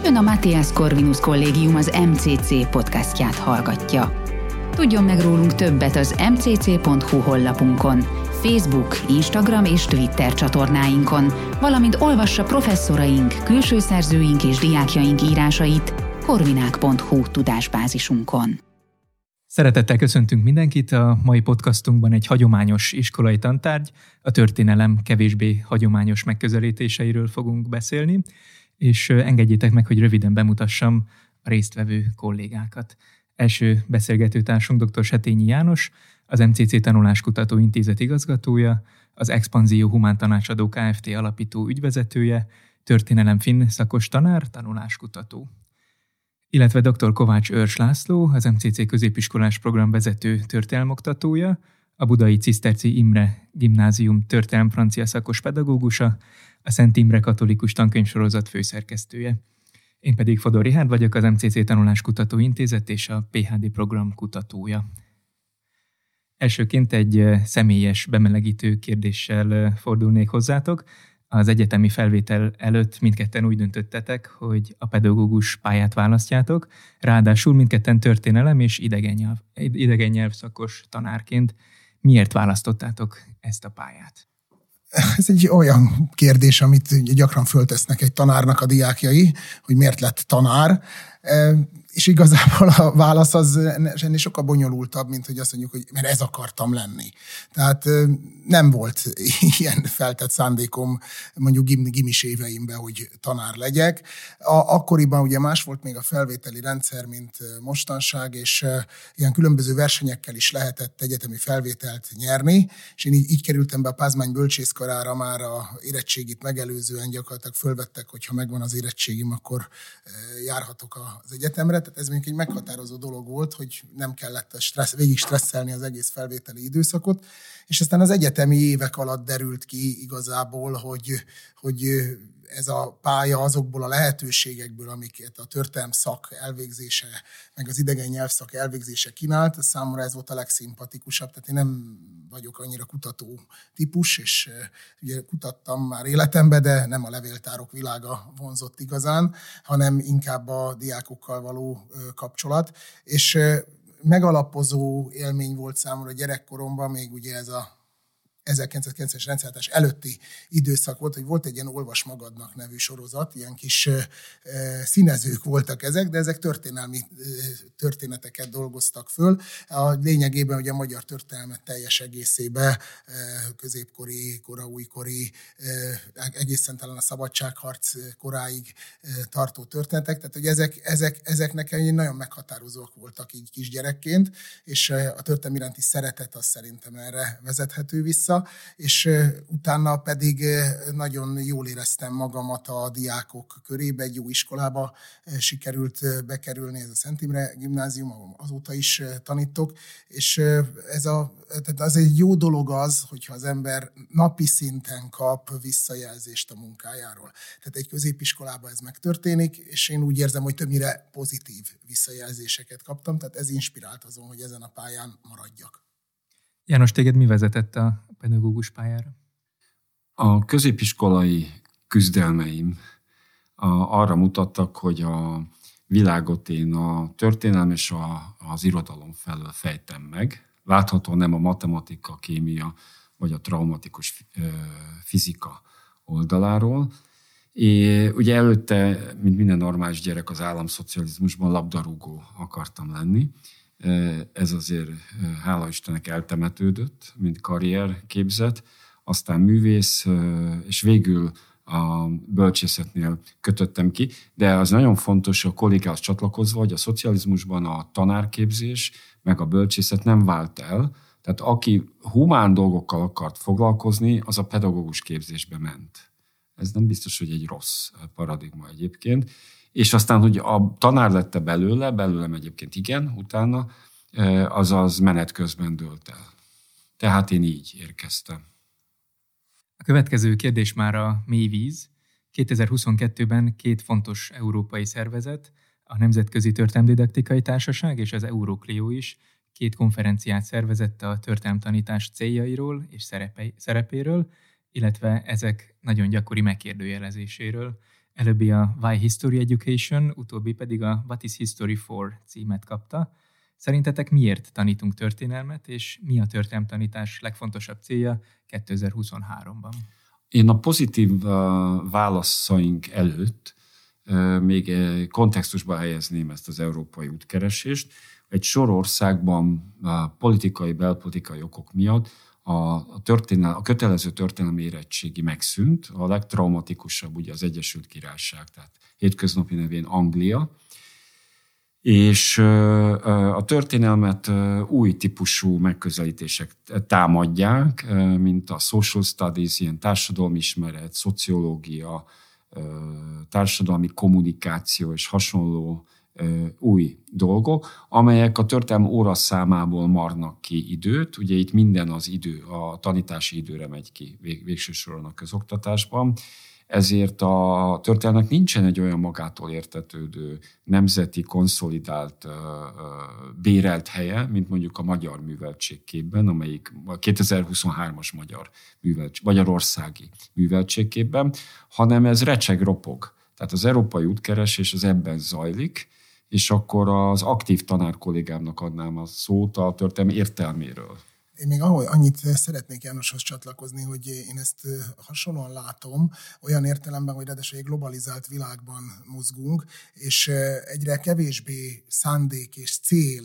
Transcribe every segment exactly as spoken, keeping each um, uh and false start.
Ön a Matthias Corvinus Kollégium az em cé cé podcastját hallgatja. Tudjon meg rólunk többet az em cé cé pont hu honlapunkon, Facebook, Instagram és Twitter csatornáinkon, valamint olvassa professzoraink, külső szerzőink és diákjaink írásait corvinák pont hu tudásbázisunkon. Szeretettel köszöntünk mindenkit, a mai podcastunkban egy hagyományos iskolai tantárgy, a történelem kevésbé hagyományos megközelítéseiről fogunk beszélni, és engedjétek meg, hogy röviden bemutassam a résztvevő kollégákat. Első beszélgetőtársunk dr. Setényi János, az em cé cé Tanuláskutató Intézet igazgatója, az Expanzió Humán Tanácsadó Kft. Alapító ügyvezetője, történelem finn szakos tanár, tanuláskutató. Illetve dr. Kovács Őrs László, az em cé cé középiskolás programvezető történelmoktatója, a budai Ciszterci Imre Gimnázium történelem francia szakos pedagógusa, a Szent Imre Katolikus Tankönyvsorozat főszerkesztője. Én pedig Fodor Richárd vagyok, az em cé cé Tanuláskutató Intézet és a pé há dé program kutatója. Elsőként egy személyes bemelegítő kérdéssel fordulnék hozzátok. Az egyetemi felvétel előtt mindketten úgy döntöttetek, hogy a pedagógus pályát választjátok, ráadásul mindketten történelem és idegen nyelv, idegen nyelv szakos tanárként. Miért választottátok ezt a pályát? Ez egy olyan kérdés, amit gyakran föltesznek egy tanárnak a diákjai, hogy miért lett tanár, és igazából a válasz az ennél sokkal bonyolultabb, mint hogy azt mondjuk, hogy mert ez akartam lenni. Tehát nem volt ilyen feltett szándékom mondjuk gimis éveimben, hogy tanár legyek. A, akkoriban ugye más volt még a felvételi rendszer, mint mostanság, és ilyen különböző versenyekkel is lehetett egyetemi felvételt nyerni, és én így, így kerültem be a Pázmány bölcsészkarára már a érettségit megelőzően, gyakorlatilag fölvettek, hogyha megvan az érettségim, akkor járhatok az egyetemre. Tehát ez mondjuk egy meghatározó dolog volt, hogy nem kellett stressz, végig stresszelni az egész felvételi időszakot, és aztán az egyetemi évek alatt derült ki igazából, hogy, hogy ez a pálya azokból a lehetőségekből, amiket a történelem szak elvégzése, meg az idegen nyelvszak elvégzése kínált, számomra ez volt a legszimpatikusabb. Tehát én nem vagyok annyira kutató típus, és ugye kutattam már életemben, de nem a levéltárok világa vonzott igazán, hanem inkább a diákokkal való kapcsolat. És megalapozó élmény volt számomra gyerekkoromban, még ugye ez a ezerkilencszázkilencvenes rendszerváltás előtti időszak volt, hogy volt egy ilyen Olvas magadnak nevű sorozat, ilyen kis e, színezők voltak ezek, de ezek történelmi e, történeteket dolgoztak föl. A lényegében ugye a magyar történelmet teljes egészében e, középkori, koraújkori, e, egészen talán a szabadságharc koráig e, tartó történetek, tehát hogy ezek, ezek, ezek nekem nagyon meghatározóak voltak így kisgyerekként, és a történelem iránti szeretet az szerintem erre vezethető vissza, és utána pedig nagyon jól éreztem magamat a diákok körébe, egy jó iskolába sikerült bekerülni, ez a Szent Imre Gimnázium, ahol azóta is tanítok, és ez a, tehát az egy jó dolog az, hogyha az ember napi szinten kap visszajelzést a munkájáról. Tehát egy középiskolában ez megtörténik, és én úgy érzem, hogy többnyire pozitív visszajelzéseket kaptam, tehát ez inspirált azon, hogy ezen a pályán maradjak. János, téged mi vezetett a pedagógus pályára? A középiskolai küzdelmeim arra mutattak, hogy a világot én a történelem és a, az irodalom felől fejtem meg. Láthatóan nem a matematika, kémia vagy a traumatikus fizika oldaláról. És ugye előtte, mint minden normális gyerek az államszocializmusban labdarúgó akartam lenni. Ez azért, hála Istennek, eltemetődött, mint karrierképzet, aztán művész, és végül a bölcsészetnél kötöttem ki, de az nagyon fontos, a kollégához csatlakozva, hogy a szocializmusban a tanárképzés meg a bölcsészet nem vált el, tehát aki humán dolgokkal akart foglalkozni, az a pedagógus képzésbe ment. Ez nem biztos, hogy egy rossz paradigma egyébként. És aztán, hogy a tanár lett belőle, belőlem egyébként igen, utána, azaz menet közben dőlt el. Tehát én így érkeztem. A következő kérdés már a mély víz. kétezer-huszonkettőben két fontos európai szervezet, a Nemzetközi Történelemdidaktikai Társaság és az Euroclio is két konferenciát szervezett a történelemtanítás céljairól és szerepéről, illetve ezek nagyon gyakori megkérdőjelezéséről. Előbbi a Why History Education, utóbbi pedig a What is History for címet kapta. Szerintetek miért tanítunk történelmet, és mi a történelemtanítás legfontosabb célja kétezer-huszonháromban? Én a pozitív válaszaink előtt még kontextusba helyezném ezt az európai útkeresést. Egy sor országban a politikai, belpolitikai okok miatt a, a, történel, a kötelező történelmi érettségi megszűnt. A legtraumatikusabb ugye az Egyesült Királyság, tehát hétköznapi nevén Anglia. És a történelmet új típusú megközelítések támadják, mint a social studies, ilyen társadalmismeret, szociológia, társadalmi kommunikáció és hasonló új dolgok, amelyek a történelem óraszámából marnak ki időt. Ugye itt minden az idő, a tanítási időre megy ki végső soron a közoktatásban. Ezért a történelmek nincsen egy olyan magától értetődő, nemzeti, konszolidált, bérelt helye, mint mondjuk a magyar műveltségképben, amelyik a kétezer-huszonhármas magyar műveltség, magyarországi műveltségképben, hanem ez recseg, ropog. Tehát az európai útkeresés az ebben zajlik, és akkor az aktív tanár kollégámnak adnám a szót a történelmi értelméről. Én még ahol annyit szeretnék Jánoshoz csatlakozni, hogy én ezt hasonlóan látom, olyan értelemben, hogy ráadásul egy globalizált világban mozgunk, és egyre kevésbé szándék és cél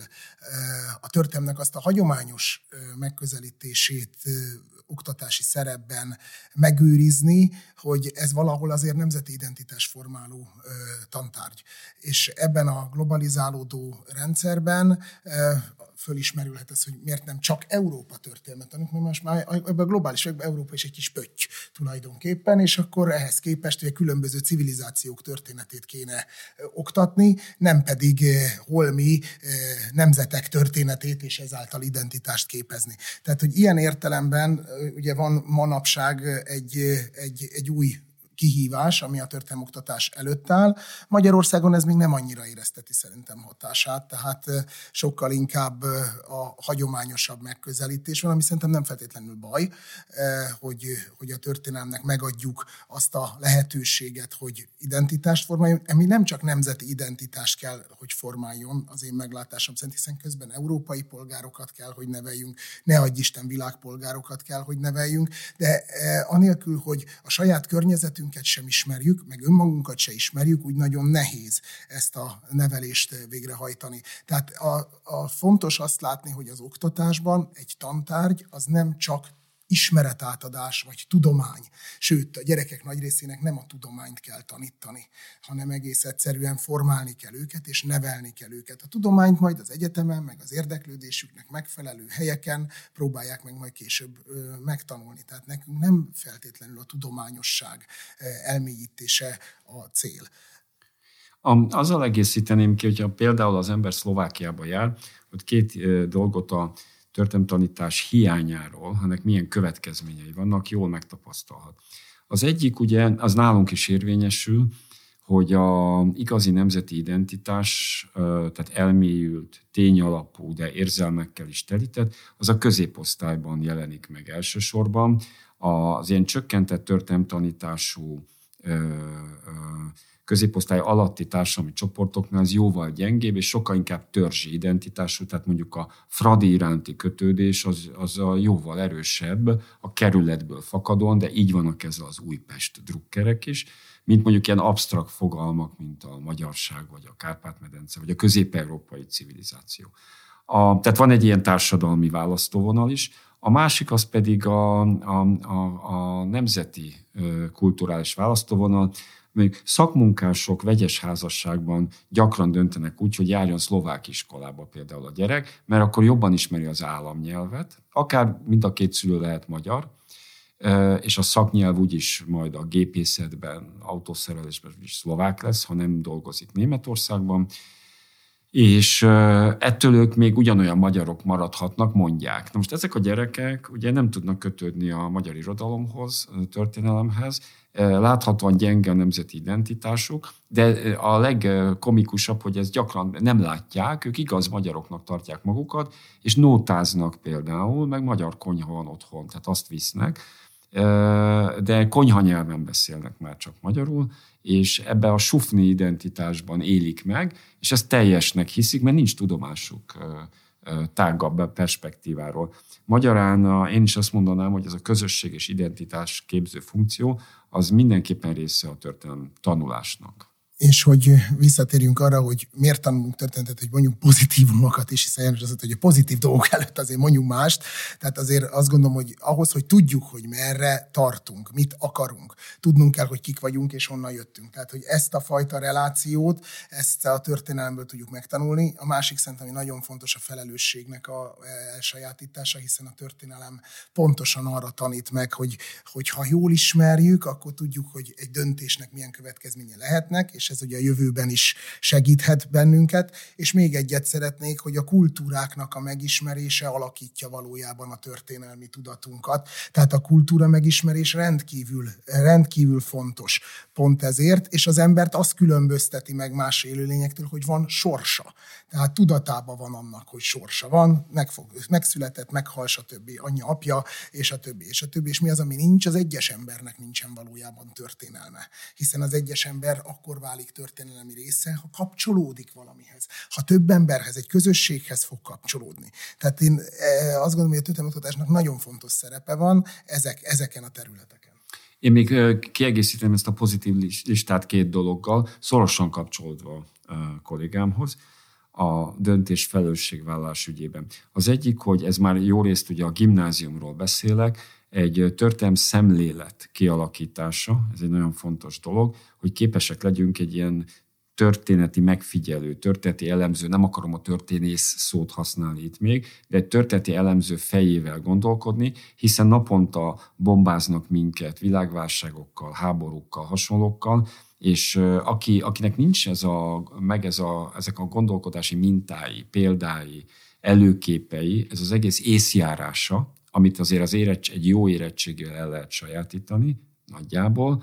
a történelemnek azt a hagyományos megközelítését oktatási szerepben megőrizni, hogy ez valahol azért nemzeti identitás formáló ö, tantárgy. És ebben a globalizálódó rendszerben ö, fölismerülhet ez, hogy miért nem csak Európa történelmet tanít, mert most már ebben a globális végben Európa is egy kis pötty tulajdonképpen, és akkor ehhez képest hogy a különböző civilizációk történetét kéne ö, oktatni, nem pedig ö, holmi ö, nemzetek történetét, és ezáltal identitást képezni. Tehát, hogy ilyen értelemben ugye van manapság egy, egy, egy új kihívás, ami a történelmoktatás előtt áll. Magyarországon ez még nem annyira érezteti szerintem hatását, tehát sokkal inkább a hagyományosabb megközelítés van, ami szerintem nem feltétlenül baj, hogy, hogy a történelmnek megadjuk azt a lehetőséget, hogy identitást formáljon, ami nem csak nemzeti identitást kell, hogy formáljon, az én meglátásom szerint, hiszen közben európai polgárokat kell, hogy neveljünk, ne adj Isten világpolgárokat kell, hogy neveljünk, de anélkül, hogy a saját környezetünk sem ismerjük, meg önmagunkat se ismerjük, úgy nagyon nehéz ezt a nevelést végrehajtani. Tehát a, a fontos azt látni, hogy az oktatásban egy tantárgy az nem csak ismeretátadás vagy tudomány. Sőt, a gyerekek nagy részének nem a tudományt kell tanítani, hanem egész egyszerűen formálni kell őket, és nevelni kell őket. A tudományt majd az egyetemen, meg az érdeklődésüknek megfelelő helyeken próbálják meg majd később ö, megtanulni. Tehát nekünk nem feltétlenül a tudományosság ö, elmélyítése a cél. A, azzal egészíteném ki, hogyha például az ember Szlovákiába jár, hogy két ö, dolgot a történelemtanítás hiányáról, ennek milyen következményei vannak, jól megtapasztalhat. Az egyik ugye, az nálunk is érvényesül, hogy a igazi nemzeti identitás, tehát elmélyült, tényalapú, de érzelmekkel is telített, az a középosztályban jelenik meg elsősorban. Az ilyen csökkentett történelemtanítású középosztály alatti társadalmi csoportoknál az jóval gyengébb, és sokkal inkább törzsi identitású, tehát mondjuk a fradi iránti kötődés az, az a jóval erősebb, a kerületből fakadóan, de így vannak ezzel az Újpest drukkerek is, mint mondjuk ilyen absztrakt fogalmak, mint a magyarság, vagy a Kárpát-medence, vagy a közép-európai civilizáció. A, tehát van egy ilyen társadalmi választóvonal is. A másik az pedig a, a, a, a nemzeti kulturális választóvonal. Mondjuk szakmunkások vegyes házasságban gyakran döntenek úgy, hogy járjon szlovák iskolába például a gyerek, mert akkor jobban ismeri az államnyelvet, akár mind a két szülő lehet magyar, és a szaknyelv úgyis majd a gépészetben, autószerelésben is szlovák lesz, ha nem dolgozik Németországban, és ettől ők még ugyanolyan magyarok maradhatnak, mondják. Na most ezek a gyerekek ugye nem tudnak kötődni a magyar irodalomhoz, a történelemhez, láthatóan gyenge a nemzeti identitásuk, de a legkomikusabb, hogy ezt gyakran nem látják, ők igaz magyaroknak tartják magukat, és nótáznak például, meg magyar konyha van otthon, tehát azt visznek. de konyha nyelven beszélnek már csak magyarul, és ebbe a sufni identitásban élik meg, és ezt teljesnek hiszik, mert nincs tudomásuk tágabb perspektíváról. Magyarán én is azt mondanám, hogy ez a közösség és identitás képző funkció, az mindenképpen része a történelem tanulásnak. És hogy visszatérjünk arra, hogy miért tanulunk történetet, hogy mondjuk pozitívumokat is, hiszen János azt mondta, hogy a pozitív dolgok előtt azért mondjuk mást. Tehát azért azt gondolom, hogy ahhoz, hogy tudjuk, hogy merre tartunk, mit akarunk, tudnunk kell, hogy kik vagyunk és honnan jöttünk. Tehát, hogy ezt a fajta relációt, ezt a történelemből tudjuk megtanulni. A másik szerintem, hogy nagyon fontos a felelősségnek a elsajátítása, hiszen a történelem pontosan arra tanít meg, hogy, hogy ha jól ismerjük, akkor tudjuk, hogy egy döntésnek milyen következménye lehetnek, és ez ugye a jövőben is segíthet bennünket, és még egyet szeretnék, hogy a kultúráknak a megismerése alakítja valójában a történelmi tudatunkat. Tehát a kultúra megismerés rendkívül, rendkívül fontos pont ezért, és az embert azt különbözteti meg más élőlényektől, hogy van sorsa. Tehát tudatában van annak, hogy sorsa van, megfog, megszületett, meghal, stb. Anyja, apja, és a többi, és a többi. És mi az, ami nincs? Az egyes embernek nincsen valójában történelme. Hiszen az egyes ember akkor válik történelmi része, ha kapcsolódik valamihez. Ha több emberhez, egy közösséghez fog kapcsolódni. Tehát én azt gondolom, hogy a történelemoktatásnak nagyon fontos szerepe van ezek, ezeken a területeken. Én még kiegészítem ezt a pozitív listát két dologgal, szorosan kapcsolódva a kollégámhoz, a döntés felelősségvállalás ügyében. Az egyik, hogy ez már jó részt ugye a gimnáziumról beszélek, egy történelem szemlélet kialakítása, ez egy nagyon fontos dolog, hogy képesek legyünk egy ilyen történeti megfigyelő, történeti elemző, nem akarom a történész szót használni itt még, de egy történeti elemző fejével gondolkodni, hiszen naponta bombáznak minket világválságokkal, háborúkkal, hasonlókkal, és aki, akinek nincs ez a, meg ez a, ezek a gondolkodási mintái, példái, előképei, ez az egész észjárása, amit azért az érettség, egy jó érettséggel el lehet sajátítani, nagyjából,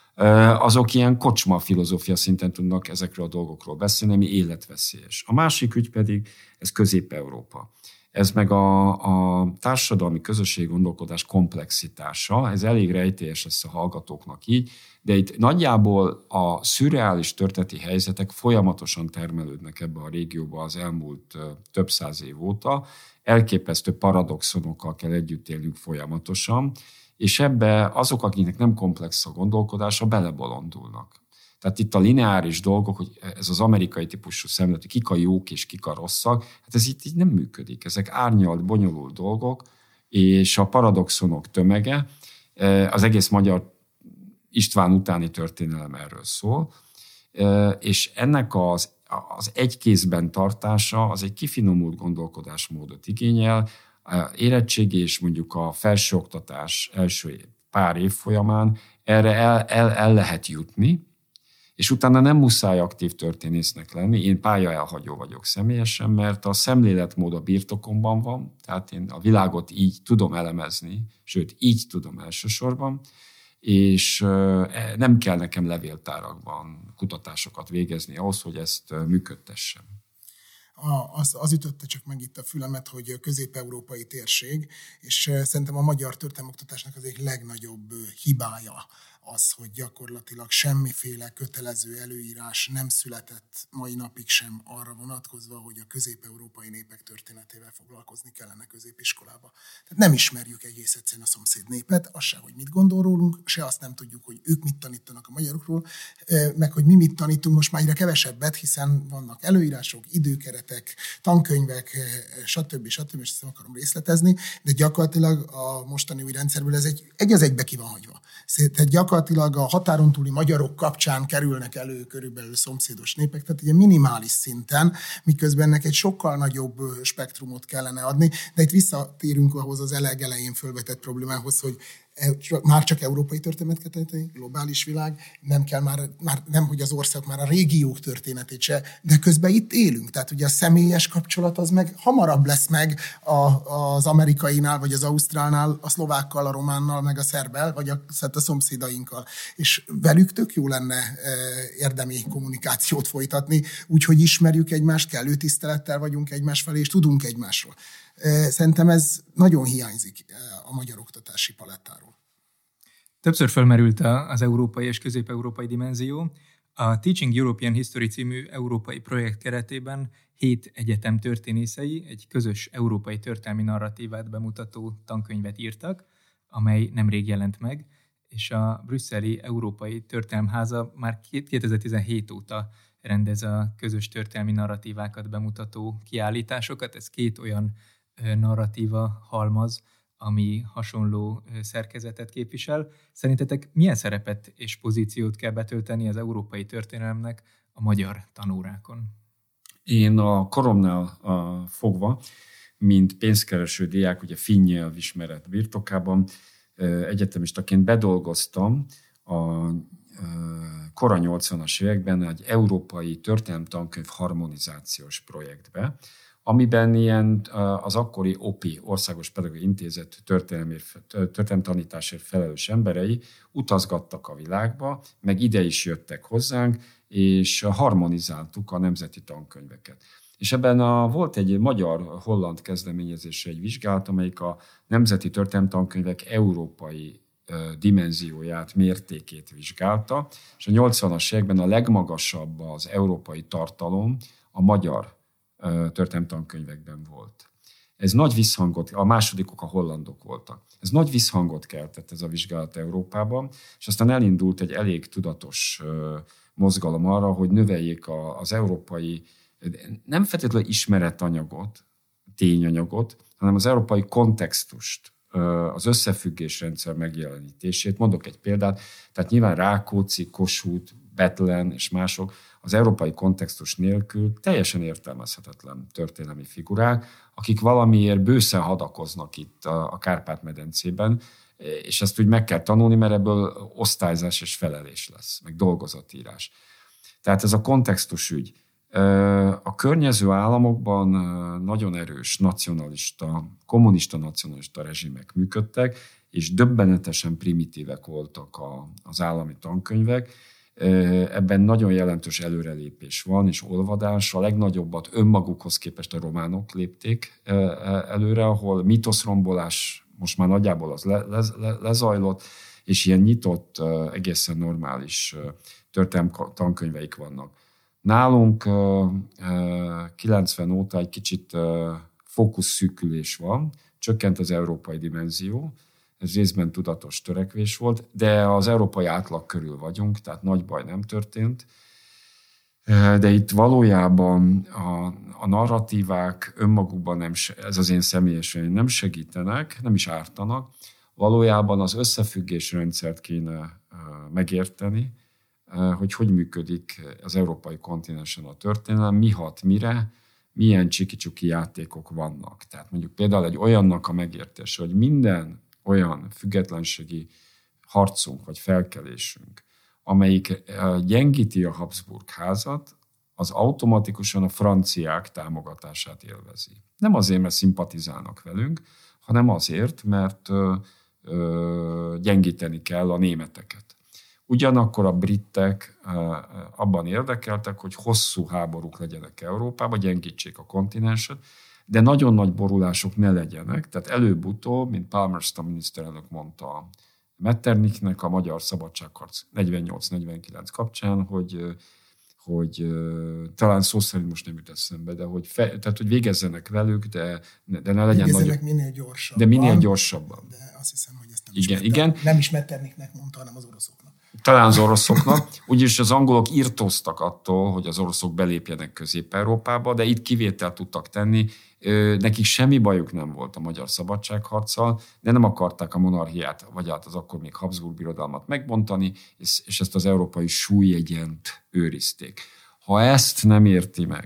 azok ilyen kocsma filozófia szinten tudnak ezekről a dolgokról beszélni, ami életveszélyes. A másik ügy pedig, ez Közép-Európa. Ez meg a, a társadalmi közösségi gondolkodás komplexitása, ez elég rejtélyes lesz a hallgatóknak így, de itt nagyjából a szürreális történeti helyzetek folyamatosan termelődnek ebbe a régióba az elmúlt több száz év óta, elképesztő paradoxonokkal kell együtt élnünk folyamatosan, és ebbe azok, akiknek nem komplex a gondolkodása, belebolondulnak. Tehát itt a lineáris dolgok, hogy ez az amerikai típusú szemlélet, hogy kik a jók és kik a rosszak, hát ez itt így nem működik. Ezek árnyalt, bonyolult dolgok, és a paradoxonok tömege, az egész magyar István utáni történelem erről szól, és ennek az, az egy kézben tartása az egy kifinomult gondolkodásmódot igényel, érettségi és mondjuk a felsőoktatás első pár év folyamán erre el, el, el lehet jutni, és utána nem muszáj aktív történésznek lenni. Én pályaelhagyó vagyok személyesen, mert a szemléletmód a birtokomban van, tehát én a világot így tudom elemezni, sőt, így tudom elsősorban, és nem kell nekem levéltárakban kutatásokat végezni ahhoz, hogy ezt működtessem. Az, az ütötte csak meg itt a fülemet, hogy a közép-európai térség, és szerintem a magyar történelmoktatásnak az egyik legnagyobb hibája az, hogy gyakorlatilag semmiféle kötelező előírás nem született mai napig sem arra vonatkozva, hogy a közép-európai népek történetével foglalkozni kellene középiskolába. Tehát nem ismerjük egész egyszerűen a szomszéd népet, az se, hogy mit gondol rólunk, se azt nem tudjuk, hogy ők mit tanítanak a magyarokról, meg hogy mi mit tanítunk most már egyre kevesebbet, hiszen vannak előírások, időkeretek, tankönyvek, stb. stb. És ezt nem akarom részletezni, de gyakorlatilag a mostani új rendszerből ez egy, egy az egybe ki van hagyva. Tehát gyakorlatilag a határon túli magyarok kapcsán kerülnek elő körülbelül szomszédos népek, tehát ugye minimális szinten, miközben ennek egy sokkal nagyobb spektrumot kellene adni, de itt visszatérünk ahhoz az elején fölvetett problémához, hogy már csak európai történetet kell tanítani, globális világ, nem kell már, már, nem hogy az ország, már a régiók történetét se, de közben itt élünk. Tehát ugye a személyes kapcsolat az meg hamarabb lesz meg a, az amerikainál, vagy az ausztrálnál, a szlovákkal, a románnal, meg a szerbbel, vagy a, a szomszédainkkal. És velük tök jó lenne e, érdemi kommunikációt folytatni, úgyhogy ismerjük egymást, kellő tisztelettel vagyunk egymás felé, és tudunk egymásról. Szerintem ez nagyon hiányzik a magyar oktatási palettáról. Többször felmerült az európai és közép-európai dimenzió. A Teaching European History című európai projekt keretében hét egyetem történészei egy közös európai történelmi narratívát bemutató tankönyvet írtak, amely nemrég jelent meg, és a brüsszeli Európai Történelemháza már kétezer-tizenhét óta rendez a közös történelmi narratívákat bemutató kiállításokat. Ez két olyan narratíva halmaz, ami hasonló szerkezetet képvisel. Szerintetek milyen szerepet és pozíciót kell betölteni az európai történelemnek a magyar tanórákon? Én a koromnál a, fogva, mint pénzkereső diák, ugye finn nyelvismeret birtokában, egyetemistaként bedolgoztam a kora nyolcvanas években egy európai történelemtankönyv harmonizációs projektbe, amiben ilyen az akkori o pé, Országos Pedagógiai Intézet történelemtanításért felelős emberei utazgattak a világba, meg ide is jöttek hozzánk, és harmonizáltuk a nemzeti tankönyveket. És ebben a, volt egy magyar-holland kezdeményezésre egy vizsgálat, amelyik a nemzeti történelemtankönyvek európai dimenzióját, mértékét vizsgálta, és a nyolcvanas években a legmagasabb az európai tartalom a magyar történelemtankönyvekben volt. Ez nagy visszhangot, a másodikok a hollandok voltak. Ez nagy visszhangot keltett ez a vizsgálat Európában, és aztán elindult egy elég tudatos mozgalom arra, hogy növeljék az európai, nem feltétlenül ismeretanyagot, tényanyagot, hanem az európai kontextust, az összefüggésrendszer megjelenítését. Mondok egy példát, tehát nyilván Rákóczi, Kossuth, Bethlen és mások az európai kontextus nélkül teljesen értelmezhetetlen történelmi figurák, akik valamiért bőszen hadakoznak itt a Kárpát-medencében, és ezt úgy meg kell tanulni, mert ebből osztályzás és felelés lesz, meg dolgozatírás. Tehát ez a kontextus ügy. A környező államokban nagyon erős nacionalista, kommunista nacionalista rezsimek működtek, és döbbenetesen primitívek voltak az állami tankönyvek. Ebben nagyon jelentős előrelépés van, és olvadás. A legnagyobbat önmagukhoz képest a románok lépték előre, ahol mítoszrombolás most már nagyjából az le, le, le, lezajlott, és ilyen nyitott, egészen normális történelmi tankönyveik vannak. Nálunk kilencven óta egy kicsit fókuszszűkülés van, csökkent az európai dimenzió, ez részben tudatos törekvés volt, de az európai átlag körül vagyunk, tehát nagy baj nem történt. De itt valójában a, a narratívák önmagukban nem, ez az én személyes véleményem, nem segítenek, nem is ártanak. Valójában az összefüggésrendszert kéne megérteni, hogy hogy működik az európai kontinensen a történelem, mi hat mire, milyen csiki-csuki játékok vannak. Tehát mondjuk például egy olyannak a megértése, hogy minden olyan függetlenségi harcunk vagy felkelésünk, amelyik gyengíti a Habsburg házat, az automatikusan a franciák támogatását élvezi. Nem azért, mert szimpatizálnak velünk, hanem azért, mert ö, ö, gyengíteni kell a németeket. Ugyanakkor a britek abban érdekeltek, hogy hosszú háborúk legyenek Európában, gyengítsék a kontinenset, de nagyon nagy borulások ne legyenek. Tehát előbb-utóbb, mint Palmerston miniszterelnök mondta Metternichnek a magyar szabadságharc negyvennyolc negyvenkilenc kapcsán, hogy, hogy talán szó szerint most nem jut eszembe, de hogy, fe, tehát, hogy végezzenek velük, de, de ne legyen végezzenek nagyobb. minél gyorsabban. De minél gyorsabban. De azt hiszem, hogy ezt nem igen, is, Metter, igen. nem is Metternichnek mondta, hanem az oroszoknak. Talán az oroszoknak, úgyis az angolok irtóztak attól, hogy az oroszok belépjenek Közép-Európába, de itt kivételt tudtak tenni. Nekik semmi bajuk nem volt a magyar szabadságharccal, de nem akarták a monarchiát, vagy hát az akkor még Habsburg birodalmat megbontani, és, és ezt az európai súlyegyent őrizték. Ha ezt nem érti meg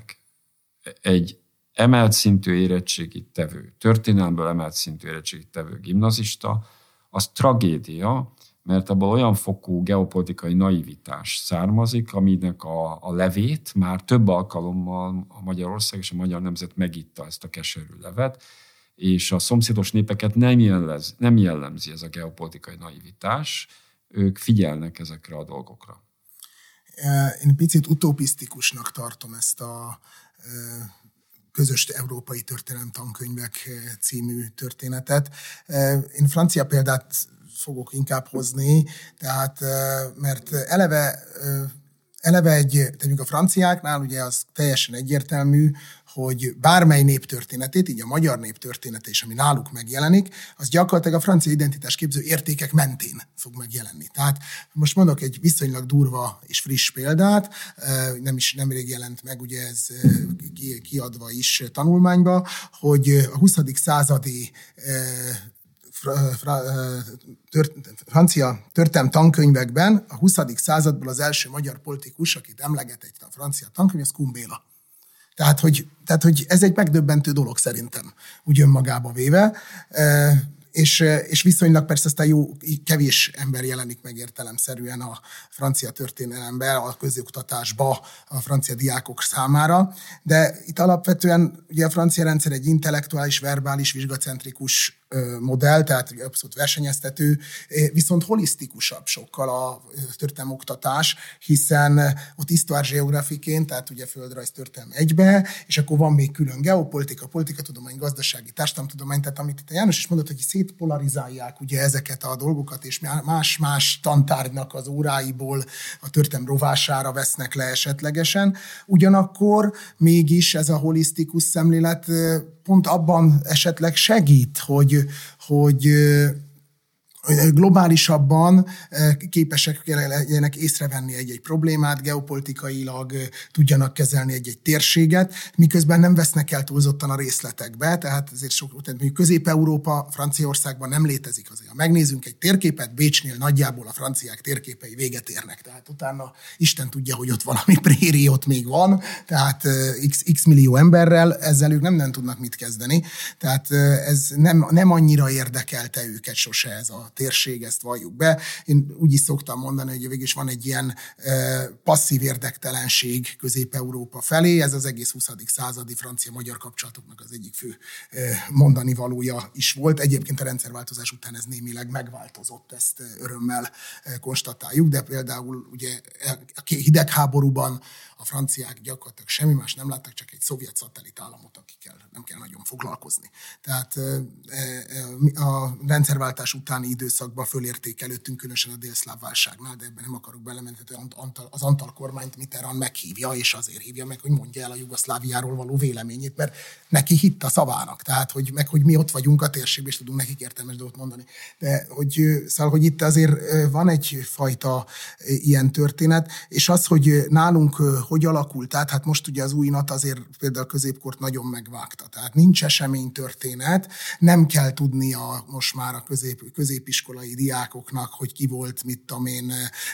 egy emelt szintű érettségit tevő, történelmből emelt szintű érettségit tevő gimnazista, az tragédia, mert abból olyan fokú geopolitikai naivitás származik, aminek a, a levét már több alkalommal a Magyarország és a magyar nemzet megitta ezt a keserű levet, és a szomszédos népeket nem, jellez, nem jellemzi ez a geopolitikai naivitás, ők figyelnek ezekre a dolgokra. Én picit utopisztikusnak tartom ezt a közös európai történelem tankönyvek című történetet. Én francia példát fogok inkább hozni, tehát mert eleve, eleve egy, tegyük a franciáknál, ugye az teljesen egyértelmű, hogy bármely néptörténetét, így a magyar néptörténete is, ami náluk megjelenik, az gyakorlatilag a francia identitásképző értékek mentén fog megjelenni. Tehát most mondok egy viszonylag durva és friss példát, nem is nemrég jelent meg, ugye ez kiadva is tanulmányba, hogy a huszadik századi francia történelem tankönyvekben a huszadik századból az első magyar politikus, akit emleget egy a francia tankönyv, az Kun Béla. Tehát hogy, tehát, hogy ez egy megdöbbentő dolog szerintem, úgy önmagába véve, és, és viszonylag persze aztán jó, kevés ember jelenik meg értelemszerűen a francia történelemben, a közoktatásba a francia diákok számára, de itt alapvetően ugye a francia rendszer egy intellektuális, verbális, vizsgacentrikus modell, tehát abszolút versenyeztető, viszont holisztikusabb sokkal a történelmi oktatás, hiszen ott histoire géographiként, tehát ugye földrajz történelem egybe, és akkor van még külön geopolitika, politikatudomány, gazdasági, társadalomtudomány, tehát amit itt a János is mondott, hogy szétpolarizálják ugye ezeket a dolgokat, és más-más tantárgynak az óráiból a történelem rovására vesznek le esetlegesen. Ugyanakkor mégis ez a holisztikus szemlélet pont abban esetleg segít, hogy, hogy globálisabban képesek legyenek észrevenni egy-egy problémát, geopolitikailag tudjanak kezelni egy-egy térséget, miközben nem vesznek el túlzottan a részletekbe, tehát ezért sok, tehát mondjuk Közép-Európa, Franciaországban nem létezik azért. Ha megnézzünk egy térképet, Bécsnél nagyjából a franciák térképei véget érnek, tehát utána Isten tudja, hogy ott valami préri ott még van, tehát x, x millió emberrel, ezzel ők nem, nem tudnak mit kezdeni, tehát ez nem, nem annyira érdekelte őket sose ez a térség, ezt valljuk be. Én úgy is szoktam mondani, hogy végül is van egy ilyen e, passzív érdektelenség Közép-Európa felé, ez az egész huszadik századi francia-magyar kapcsolatoknak az egyik fő e, mondani valója is volt. Egyébként a rendszerváltozás után ez némileg megváltozott, ezt örömmel e, konstatáljuk, de például ugye a hidegháborúban a franciák gyakorlatilag semmi más nem láttak, csak egy szovjet szatellit államot, akikkel nem kell nagyon foglalkozni. Tehát a rendszerváltás utáni időszakban fölértékelődtünk, különösen a délszláv válságnál, de ebben nem akarok belemenni, az Antal kormányt Mitterrand meghívja, és azért hívja meg, hogy mondja el a Jugoszláviáról való véleményét, mert neki hitt a szavának, tehát hogy, meg hogy mi ott vagyunk a térségben, és tudunk nekik értelmes dolgot mondani. De hogy, szóval, hogy itt azért van egyfajta ilyen történet, és az, hogy nálunk hogy alakult át, hát most ugye az új nat azért például a középkort nagyon megvágta. Tehát nincs eseménytörténet, nem kell tudnia most már a közép, középiskolai diákoknak, hogy ki volt, mit tudom én,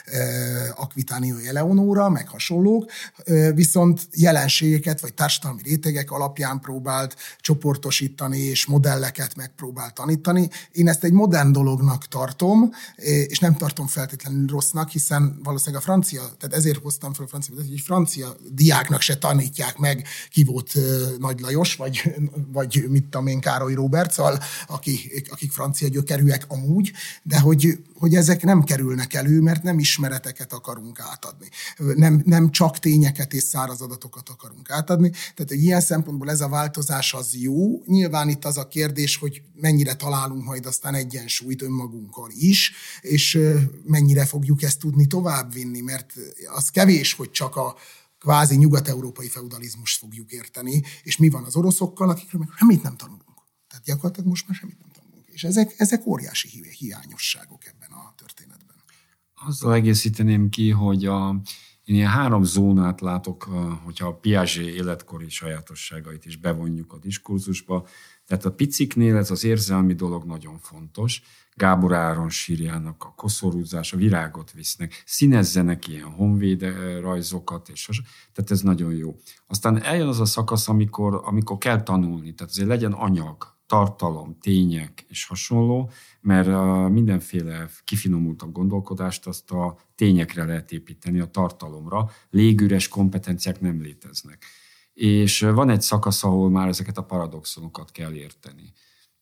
Aquitánio Eleonóra, meg hasonlók, viszont jelenségeket vagy társadalmi rétegek alapján próbált csoportosítani, és modelleket megpróbált tanítani. Én ezt egy modern dolognak tartom, és nem tartom feltétlenül rossznak, hiszen valószínűleg a francia, tehát ezért hoztam fel a francia, hogy egy francia diáknak se tanítják meg, ki volt Nagy Lajos, vagy, vagy mit tudom én, Károly Róbert, szóval, akik, akik francia gyökerűek amúgy, de hogy, hogy ezek nem kerülnek elő, mert nem ismereteket akarunk átadni. Nem, nem csak tényeket és száraz adatokat akarunk átadni. Tehát hogy ilyen szempontból ez a változás az jó. Nyilván itt az a kérdés, hogy mennyire találunk majd aztán egyensúlyt önmagunkkal is, és mennyire fogjuk ezt tudni továbbvinni, mert az kevés, hogy csak a kvázi nyugat-európai feudalizmust fogjuk érteni, és mi van az oroszokkal, akikről meg semmit nem tanulunk. Tehát gyakorlatilag most már semmit nem tanulunk. És ezek, ezek óriási hi- hiányosságok ebben a történetben. Azzal egészíteném ki, hogy a, én ilyen három zónát látok, hogyha a Piaget életkori sajátosságait is bevonjuk a diskurzusba. Tehát a piciknél ez az érzelmi dolog nagyon fontos. Gábor Áron sírjának a koszorúzás, a virágot visznek, színezzenek ilyen honvéd rajzokat, és tehát ez nagyon jó. Aztán eljön az a szakasz, amikor, amikor kell tanulni, tehát azért legyen anyag, tartalom, tények és hasonló, mert mindenféle kifinomultabb gondolkodást azt a tényekre lehet építeni, a tartalomra. Légüres kompetenciák nem léteznek. És van egy szakasz, ahol már ezeket a paradoxonokat kell érteni.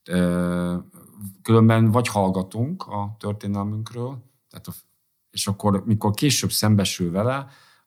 Különben vagy hallgatunk a történelmünkről, tehát a, és akkor, mikor később szembesül vele,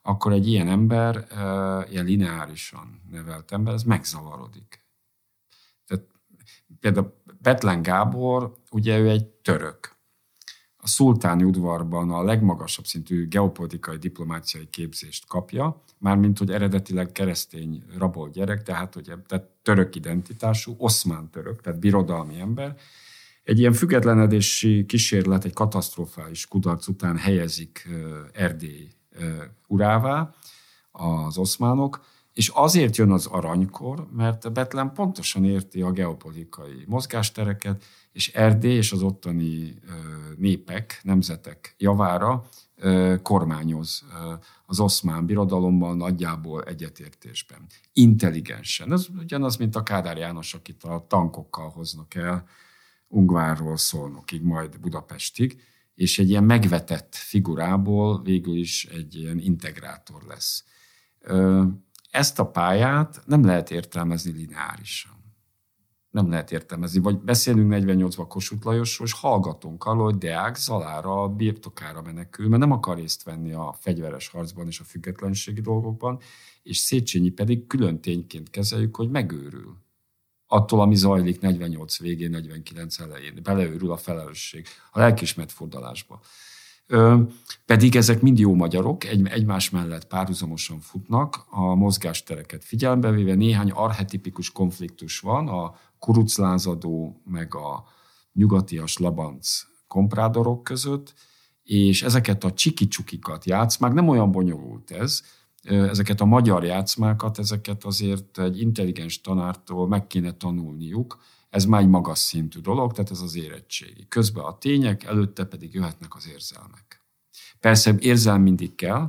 akkor egy ilyen ember, ilyen lineárisan nevelt ember, ez megzavarodik. Tehát például Bethlen Gábor, ugye ő egy török. A szultáni udvarban a legmagasabb szintű geopolitikai diplomáciai képzést kapja, mármint, hogy eredetileg keresztény rabolt gyerek, tehát, hogy, tehát török identitású, oszmán török, tehát birodalmi ember. Egy ilyen függetlenedési kísérlet, egy katasztrofális kudarc után helyezik Erdély urává az oszmánok, és azért jön az aranykor, mert Bethlen pontosan érti a geopolitikai mozgástereket, és Erdély és az ottani népek, nemzetek javára kormányoz az oszmán birodalommal nagyjából egyetértésben. Intelligensen. Ez ugyanaz, mint a Kádár János, akit a tankokkal hoznak el Ungvárról Szolnokig, majd Budapestig, és egy ilyen megvetett figurából végül is egy ilyen integrátor lesz. Ezt a pályát nem lehet értelmezni lineárisan. Nem lehet értelmezni. Vagy beszélünk negyvennyolcban Kossuth Lajosról, és hallgatunk arról, hogy Deák Zalára a birtokára menekül, mert nem akar részt venni a fegyveres harcban és a függetlenségi dolgokban, és Széchenyi pedig külön tényként kezeljük, hogy megőrül. Attól, ami zajlik negyvennyolc végén, negyvenkilenc elején. Beleőrül a felelősség a lelkiismert fordulásba. Ö, pedig ezek mind jó magyarok, egy, egymás mellett párhuzamosan futnak, a mozgástereket figyelembe véve néhány archetipikus konfliktus van, a kuruclázadó meg a nyugatias labanc komprádorok között, és ezeket a csiki-csukikat játszmák, nem olyan bonyolult ez, ezeket a magyar játszmákat, ezeket azért egy intelligens tanártól meg kéne tanulniuk, ez már egy magas szintű dolog, tehát ez az érettségi. Közben a tények, előtte pedig jöhetnek az érzelmek. Persze érzelm mindig kell,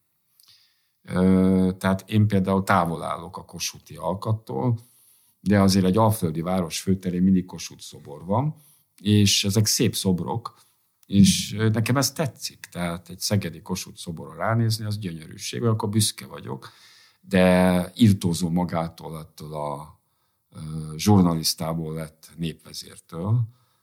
tehát én például távol állok a kossuthi alkattól, de azért egy alföldi város főterén mindig Kossuth szobor van, és ezek szép szobrok, és nekem ez tetszik, tehát egy szegedi Kossuth szoborra ránézni, az gyönyörűség, akkor büszke vagyok, de irtózó magától ettől a zsurnalisztából lett népvezértől,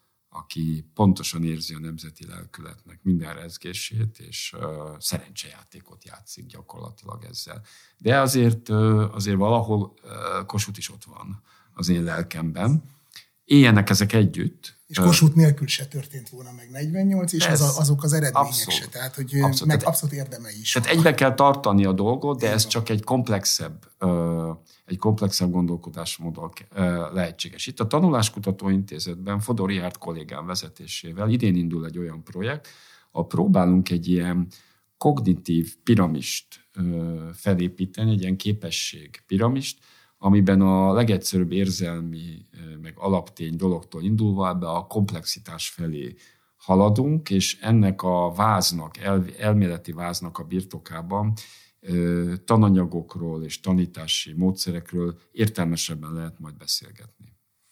aki pontosan érzi a nemzeti lelkületnek minden rezgését, és szerencsejátékot játszik gyakorlatilag ezzel. De azért, azért valahol Kossuth is ott van az én lelkemben. Éljenek ezek együtt. És Kossuth nélkül se történt volna meg negyvennyolc, és ez, az, azok az eredmények abszolút, se. Tehát, hogy abszolút, meg abszolút érdemei is. Tehát egybe kell tartani a dolgot, de ez van. Csak egy komplexebb, egy komplexebb gondolkodásmóddal lehetséges. Itt a Tanuláskutató Intézetben Fodor Richárd kollégám vezetésével idén indul egy olyan projekt, ahol próbálunk egy ilyen kognitív piramist felépíteni, egy ilyen képesség piramist, amiben a legegyszerűbb érzelmi, meg alaptény dologtól indulva ebbe a komplexitás felé haladunk, és ennek a váznak, el, elméleti váznak a birtokában tananyagokról és tanítási módszerekről értelmesebben lehet majd beszélgetni.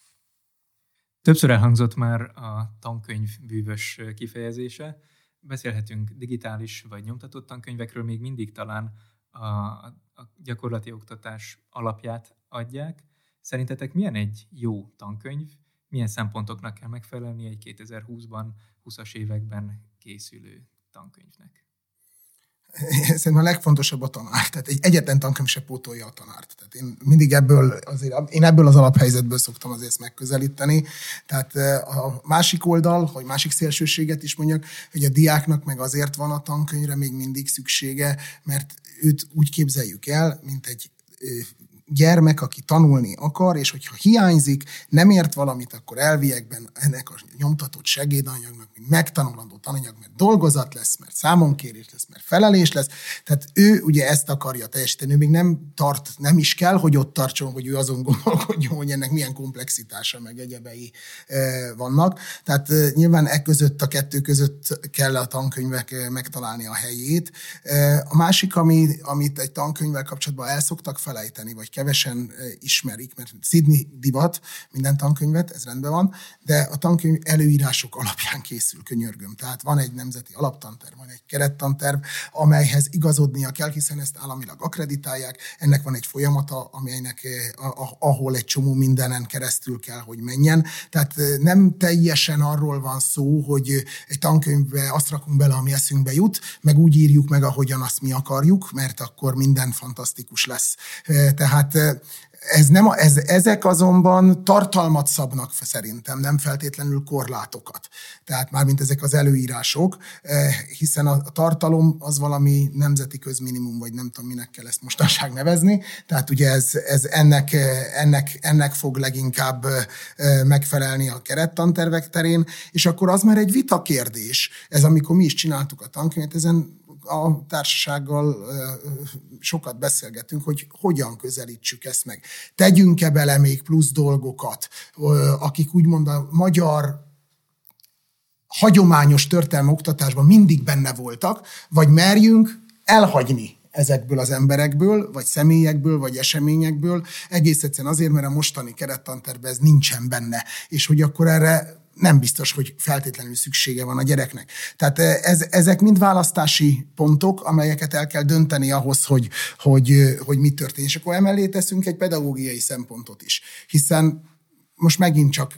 Többször elhangzott már a tankönyv bűvös kifejezése. Beszélhetünk digitális vagy nyomtatott tankönyvekről, még mindig talán a, a gyakorlati oktatás alapját adják. Szerintetek milyen egy jó tankönyv? Milyen szempontoknak kell megfelelni egy kétezer-húszban, húszas években készülő tankönyvnek? Szerintem a legfontosabb a tanár. Tehát egy egyetlen tankönyv se pótolja a tanárt. Tehát én mindig ebből, azért, én ebből az alaphelyzetből szoktam azért ezt megközelíteni. Tehát a másik oldal, vagy másik szélsőséget is mondjak, hogy a diáknak meg azért van a tankönyvre még mindig szüksége, mert őt úgy képzeljük el, mint egy gyermek, aki tanulni akar, és hogyha hiányzik, nem ért valamit, akkor elviekben ennek a nyomtatott segédanyagnak, mint megtanulandó tananyag, mert dolgozat lesz, mert számonkérés lesz, mert felelés lesz. Tehát ő ugye ezt akarja teljesíteni, ő még nem tart, nem is kell, hogy ott tartson, hogy ő azon gondolkodjon, hogy ennek milyen komplexitása, meg egyebei vannak. Tehát nyilván e között, a kettő között kell a tankönyvek megtalálni a helyét. A másik, ami, amit egy tankönyvvel kapcsolatban el szoktak felejteni, vagy kevesen ismerik, mert Sydney divat minden tankönyvet, ez rendben van, de a tankönyv előírások alapján készül, könyörgöm. Tehát van egy nemzeti alaptanterv, van egy kerettanterv, amelyhez igazodnia kell, hiszen ezt államilag akkreditálják. Ennek van egy folyamata, amelynek, ahol egy csomó mindenen keresztül kell, hogy menjen. Tehát nem teljesen arról van szó, hogy egy tankönyvbe azt rakunk bele, ami eszünkbe jut, meg úgy írjuk meg, ahogyan azt mi akarjuk, mert akkor minden fantasztikus lesz. Tehát ez nem, ez, ezek azonban tartalmat szabnak szerintem, nem feltétlenül korlátokat. Tehát mármint ezek az előírások, hiszen a tartalom az valami nemzeti közminimum, vagy nem tudom, minek kell ezt mostanság nevezni. Tehát ugye ez, ez ennek, ennek, ennek fog leginkább megfelelni a kerettantervek terén, és akkor az már egy vitakérdés. Ez amikor mi is csináltuk a tankönyvet, ezen a társasággal sokat beszélgetünk, hogy hogyan közelítsük ezt meg. Tegyünk-e bele még plusz dolgokat, akik úgymond a magyar hagyományos történelmi oktatásban mindig benne voltak, vagy merjünk elhagyni ezekből az emberekből, vagy személyekből, vagy eseményekből, egész egyszerűen azért, mert a mostani kerettantervben ez nincsen benne, és hogy akkor erre nem biztos, hogy feltétlenül szüksége van a gyereknek. Tehát ez, ezek mind választási pontok, amelyeket el kell dönteni ahhoz, hogy, hogy, hogy mi történik. És akkor emellé teszünk egy pedagógiai szempontot is. Hiszen most megint csak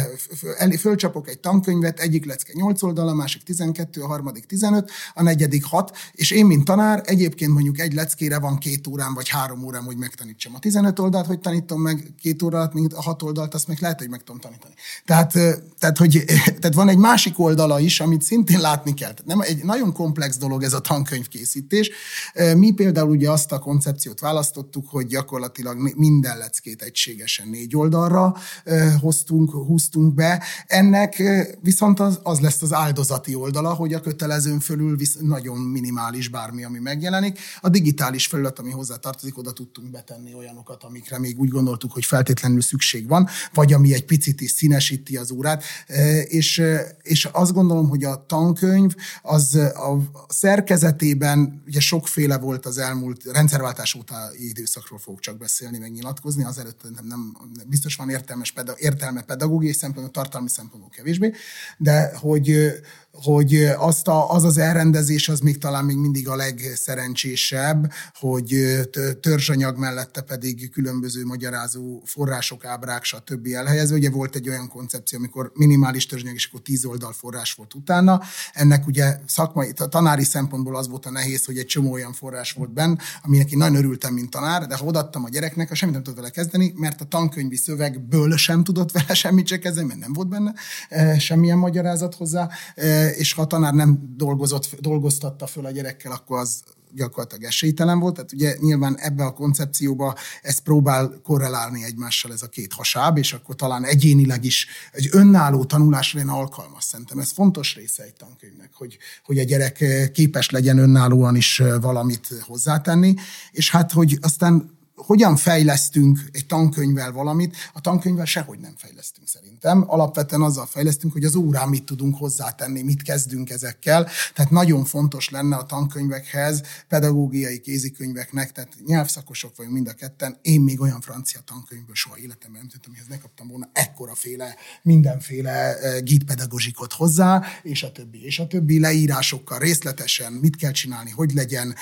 fölcsapok egy tankönyvet, egyik lecke nyolc oldal, a másik tizenkettő, a harmadik tizenöt, a negyedik hat, és én, mint tanár, egyébként mondjuk egy leckére van két órám, vagy három órám, hogy megtanítsam a tizenöt oldalt, hogy tanítom meg két óra alatt, mint a hat oldalt, azt meg lehet, hogy meg tudom tanítani. Tehát, tehát, hogy, tehát van egy másik oldala is, amit szintén látni kell. Tehát nem, egy nagyon komplex dolog ez a tankönyvkészítés. Mi például ugye azt a koncepciót választottuk, hogy gyakorlatilag minden leckét egységesen négy oldalra hoztunk, húztunk be. Ennek viszont az, az lesz az áldozati oldala, hogy a kötelezőn fölül visz, nagyon minimális bármi, ami megjelenik. A digitális felület, ami hozzá tartozik, oda tudtunk betenni olyanokat, amikre még úgy gondoltuk, hogy feltétlenül szükség van, vagy ami egy picit is színesíti az órát. És, és azt gondolom, hogy a tankönyv az a szerkezetében ugye sokféle volt az elmúlt rendszerváltás utáni időszakról fogok csak beszélni, megnyilatkozni, azelőtt nem, nem biztos van értelmes értelme pedagógiai szempontból, tartalmi szempontból kevésbé, de hogy, hogy azt a, az az elrendezés az még talán még mindig a legszerencsésebb, hogy törzsanyag mellette pedig különböző magyarázó források, ábrák, stb. Elhelyezve. Ugye volt egy olyan koncepció, amikor minimális törzsanyag, és akkor tíz oldal forrás volt utána. Ennek ugye szakmai, tanári szempontból az volt a nehéz, hogy egy csomó olyan forrás volt benne, aminek én nagyon örültem, mint tanár, de ha odaadtam a gyereknek, a semmit nem tudott vele kezdeni, mert a tankönyvi szövegből sem tudott vele semmit se kezdeni, mert nem volt benne semmilyen magyarázat hozzá, és ha a tanár nem dolgozott, dolgoztatta föl a gyerekkel, akkor az gyakorlatilag esélytelen volt. Tehát ugye nyilván ebbe a koncepcióba ez próbál korrelálni egymással ez a két hasáb, és akkor talán egyénileg is egy önálló tanulásra én alkalmas. Szerintem ez fontos része egy tankönyvnek, hogy, hogy a gyerek képes legyen önállóan is valamit hozzátenni, és hát, hogy aztán hogyan fejlesztünk egy tankönyvvel valamit, a tankönyvvel sehogy nem fejlesztünk szerintem. Alapvetően azzal fejlesztünk, hogy az órán mit tudunk hozzátenni, mit kezdünk ezekkel. Tehát nagyon fontos lenne a tankönyvekhez, pedagógiai kézikönyveknek, tehát nyelvszakosok vagyunk mind a ketten. Én még olyan francia tankönyvből soha életemben nem tudtam, amihez ne kaptam volna ekkoraféle, mindenféle gídpedagogikot hozzá, és a többi, és a többi leírásokkal részletesen, mit kell csinálni, hogy legyen.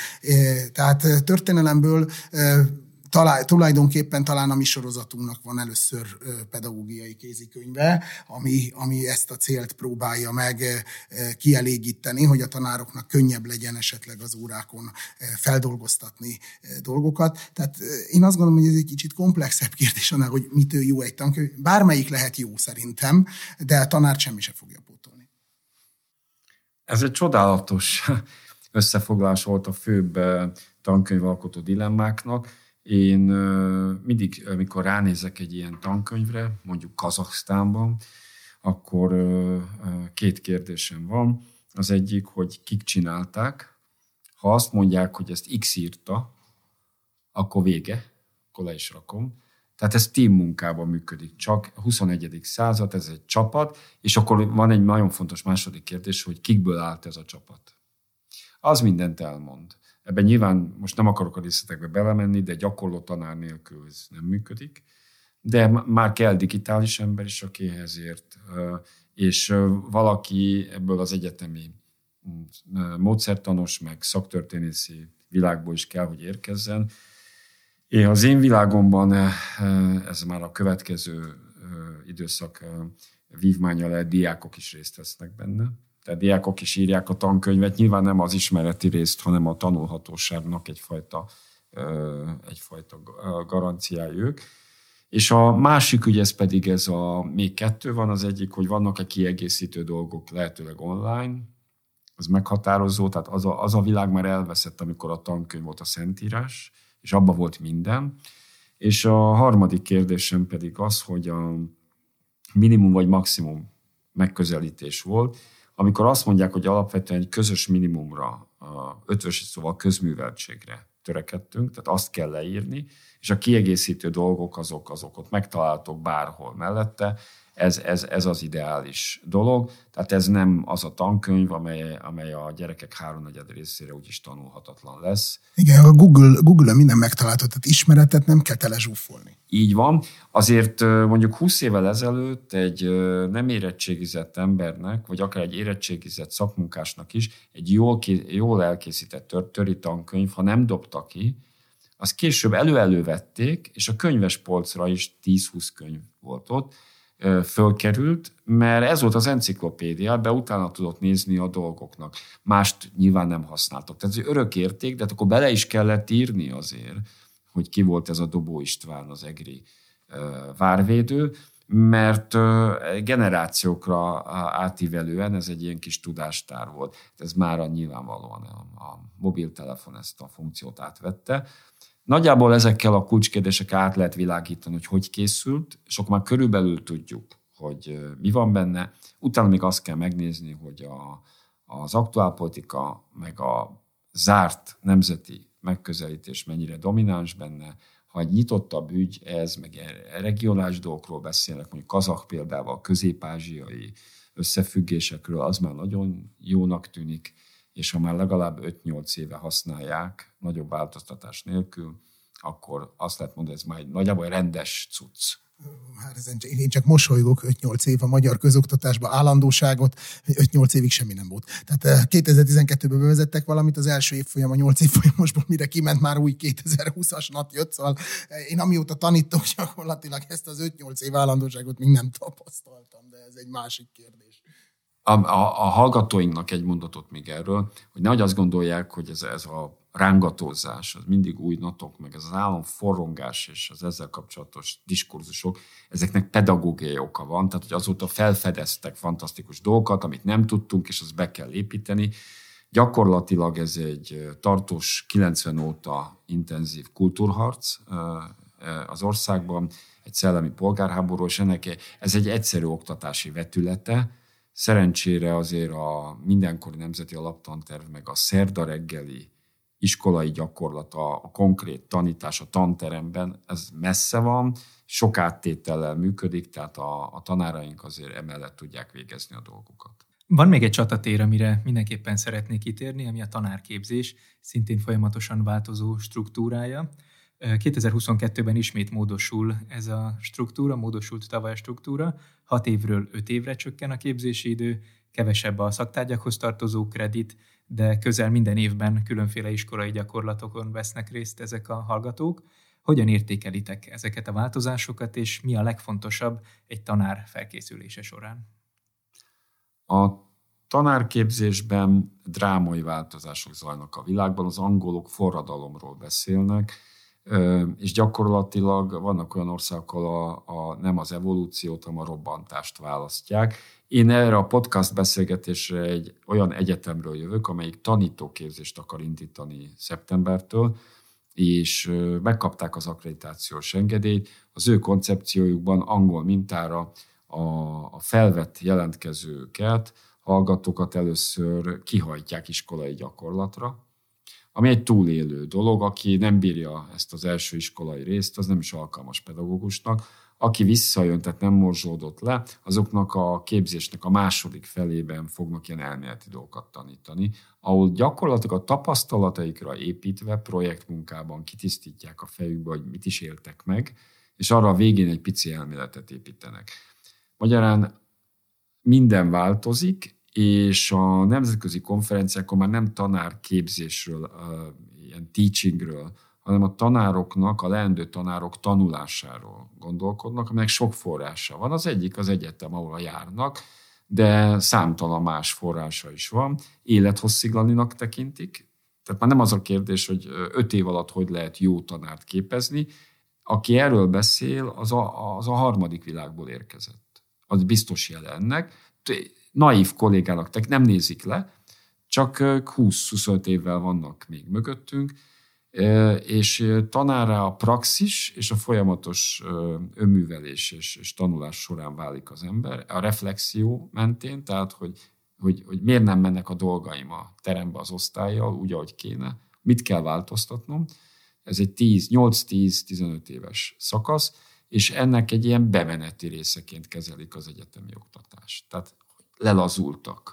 Tehát történelemből Talán, tulajdonképpen talán a mi sorozatunknak van először pedagógiai kézikönyve, ami, ami ezt a célt próbálja meg kielégíteni, hogy a tanároknak könnyebb legyen esetleg az órákon feldolgoztatni dolgokat. Tehát én azt gondolom, hogy ez egy kicsit komplexebb kérdés annál, hogy mitől jó egy tankönyv. Bármelyik lehet jó szerintem, de a tanárt semmi sem fogja pótolni. Ez egy csodálatos összefoglalás volt a főbb tankönyvalkotó dilemmáknak. Én mindig, amikor ránézek egy ilyen tankönyvre, mondjuk Kazaksztánban, akkor két kérdésem van. Az egyik, hogy kik csinálták. Ha azt mondják, hogy ezt X írta, akkor vége, akkor le is rakom. Tehát ez team munkában működik. Csak a huszonegyedik század, ez egy csapat, és akkor van egy nagyon fontos második kérdés, hogy kikből állt ez a csapat. Az mindent elmond. Ebben nyilván most nem akarok a részletekbe belemenni, de gyakorló tanár nélkül ez nem működik. De már kell digitális ember is, aki ehhez ért, és valaki ebből az egyetemi módszertanos, meg szaktörténészi világból is kell, hogy érkezzen. Én az én világomban ez már a következő időszak vívmánya lehet, diákok is részt vesznek benne. Tehát diákok is írják a tankönyvet, nyilván nem az ismereti részt, hanem a tanulhatóságnak egyfajta, egyfajta garanciája ők. És a másik ügy, ez pedig ez a, még kettő van, az egyik, hogy vannak-e kiegészítő dolgok lehetőleg online, az meghatározó, tehát az a, az a világ már elveszett, amikor a tankönyv volt a szentírás, és abban volt minden. És a harmadik kérdésem pedig az, hogy a minimum vagy maximum megközelítés volt, amikor azt mondják, hogy alapvetően egy közös minimumra, ötvös szóval közműveltségre törekedtünk, tehát azt kell leírni, és a kiegészítő dolgok azok, azok ott megtaláltok bárhol mellette. Ez, ez, ez az ideális dolog. Tehát ez nem az a tankönyv, amely, amely a gyerekek háromnegyed részére úgyis tanulhatatlan lesz. Igen, a Google, Google-on minden megtalálható, tehát ismeretet nem kell telezsúfolni. Így van. Azért mondjuk húsz évvel ezelőtt egy nem érettségizett embernek, vagy akár egy érettségizett szakmunkásnak is egy jól, jól elkészített tör, töri tankönyv, ha nem dobta ki, azt később elő-elővették, és a könyvespolcra is tíz-húsz könyv volt ott, fölkerült, mert ez volt az enciklopédia, be utána tudott nézni a dolgoknak. Mást nyilván nem használtak. Tehát ez örök érték, de akkor bele is kellett írni azért, hogy ki volt ez a Dobó István, az egri várvédő, mert generációkra átívelően ez egy ilyen kis tudástár volt. Ez már nyilvánvalóan a mobiltelefon ezt a funkciót átvette. Nagyjából ezekkel a kulcskérdésekkel át lehet világítani, hogy hogy készült, és akkor már körülbelül tudjuk, hogy mi van benne. Utána még azt kell megnézni, hogy a, az aktuálpolitika, meg a zárt nemzeti megközelítés mennyire domináns benne. Ha egy nyitottabb ügy ez, meg regionális dolgokról beszélnek, mondjuk kazah példával, közép-ázsiai összefüggésekről, az már nagyon jónak tűnik, és ha már legalább öt-nyolc éve használják, nagyobb változtatás nélkül, akkor azt lehet mondani, ez már egy nagyjából rendes cucc. Hát ezen én csak mosolygok, öt-nyolc év a magyar közoktatásban állandóságot, öt-nyolc évig semmi nem volt. Tehát kétezer-tizenkettőben bevezettek valamit, az első évfolyam, a nyolc évfolyamosból mire kiment, már új kétezer-húszas nap jött, szóval én amióta tanítok, gyakorlatilag ezt az öt-nyolc év állandóságot még nem tapasztaltam, de ez egy másik kérdés. A, a, a hallgatóinknak egy mondatot még erről, hogy nehogy azt gondolják, hogy ez, ez a rángatózás, az mindig új natok, meg ez az állam forrongás és az ezzel kapcsolatos diskurzusok, ezeknek pedagógiai oka van, tehát hogy azóta felfedeztek fantasztikus dolgokat, amit nem tudtunk, és azt be kell építeni. Gyakorlatilag ez egy tartós kilencven óta intenzív kultúrharc az országban, egy szellemi polgárháború, és ennek ez egy egyszerű oktatási vetülete. Szerencsére azért a mindenkori nemzeti alaptanterv, meg a szerda reggeli iskolai gyakorlata, a konkrét tanítás a tanteremben, ez messze van, sok áttétellel működik, tehát a, a tanáraink azért emellett tudják végezni a dolgokat. Van még egy csatatér, amire mindenképpen szeretnék kitérni, ami a tanárképzés, szintén folyamatosan változó struktúrája. kétezer-huszonkettőben ismét módosul ez a struktúra, módosult tavaly a struktúra, hat évről öt évre csökken a képzési idő, kevesebb a szaktárgyakhoz tartozó kredit, de közel minden évben különféle iskolai gyakorlatokon vesznek részt ezek a hallgatók. Hogyan értékelitek ezeket a változásokat, és mi a legfontosabb egy tanár felkészülése során? A tanárképzésben drámai változások zajlanak a világban, az angolok forradalomról beszélnek, és gyakorlatilag vannak olyan országok, ahol a, a, nem az evolúciót, hanem a robbantást választják. Én erre a podcast beszélgetésre egy olyan egyetemről jövök, amelyik tanítóképzést akar indítani szeptembertől, és megkapták az akkreditációs engedélyt. Az ő koncepciójukban angol mintára a, a felvett jelentkezőket, hallgatókat először kihajtják iskolai gyakorlatra, ami egy túlélő dolog, aki nem bírja ezt az első iskolai részt, az nem is alkalmas pedagógusnak. Aki visszajön, tehát nem morzsódott le, azoknak a képzésnek a második felében fognak ilyen elméleti dolgokat tanítani, ahol gyakorlatilag a tapasztalataikra építve projektmunkában kitisztítják a fejükbe, hogy mit is éltek meg, és arra a végén egy pici elméletet építenek. Magyarán minden változik, és a nemzetközi konferenciákon már nem tanárképzésről, ilyen teachingről, hanem a tanároknak, a leendő tanárok tanulásáról gondolkodnak, aminek sok forrása van. Az egyik az egyetem, ahol járnak, de számtalan más forrása is van. Élethosszíglaninak tekintik. Tehát már nem az a kérdés, hogy öt év alatt hogy lehet jó tanárt képezni. Aki erről beszél, az a, az a harmadik világból érkezett. Az biztos jele ennek. Naív kollégának nem nézik le, csak húsz-huszonöt évvel vannak még mögöttünk, és tanárra a praxis és a folyamatos önművelés és, és tanulás során válik az ember, a reflexió mentén, tehát hogy, hogy, hogy miért nem mennek a dolgaim a terembe az osztállyal, úgy, ahogy kéne, mit kell változtatnom. Ez egy tíz, nyolc-tíz-tizenöt éves szakasz, és ennek egy ilyen bemeneti részeként kezelik az egyetemi oktatást. Tehát lelazultak.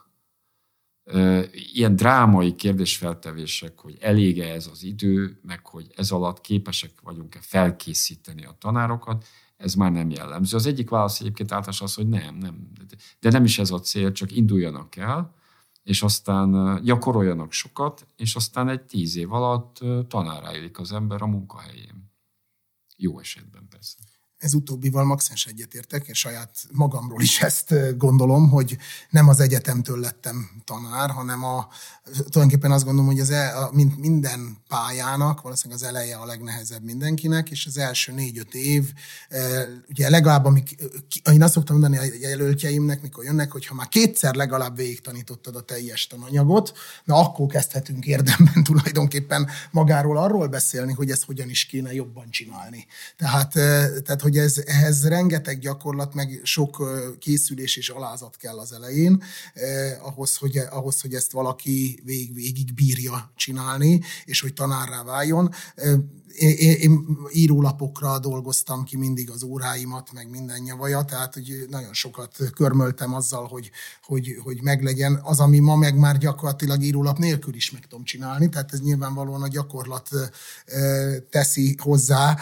Ilyen drámai kérdésfeltevések, hogy elég-e ez az idő, meg hogy ez alatt képesek vagyunk-e felkészíteni a tanárokat, ez már nem jellemző. Az egyik válasz egyébként általános az, hogy nem, nem. De nem is ez a cél, csak induljanak el, és aztán gyakoroljanak sokat, és aztán egy tíz év alatt tanárrá élik az ember a munkahelyén. Jó esetben persze. Ez utóbbival maximális egyetértek, és saját magamról is ezt gondolom, hogy nem az egyetemtől lettem tanár, hanem a, tulajdonképpen azt gondolom, hogy az el, mint minden pályának, valószínűleg az eleje a legnehezebb mindenkinek, és az első négy-öt év, ugye legalább, amik, én azt szoktam mondani a jelöltjeimnek, mikor jönnek, hogy ha már kétszer legalább végig tanítottad a teljes tananyagot, na akkor kezdhetünk érdemben tulajdonképpen magáról arról beszélni, hogy ezt hogyan is kéne jobban csinálni. Tehát, tehát hogy ez, ehhez rengeteg gyakorlat, meg sok készülés és alázat kell az elején, eh, ahhoz, hogy, ahhoz, hogy ezt valaki végig, végig bírja csinálni, és hogy tanárrá váljon. Eh, Én, én írólapokra dolgoztam ki mindig az óráimat, meg minden nyavaja, tehát hogy nagyon sokat körmöltem azzal, hogy, hogy, hogy meglegyen az, ami ma meg már gyakorlatilag írólap nélkül is meg tudom csinálni, tehát ez nyilvánvalóan a gyakorlat teszi hozzá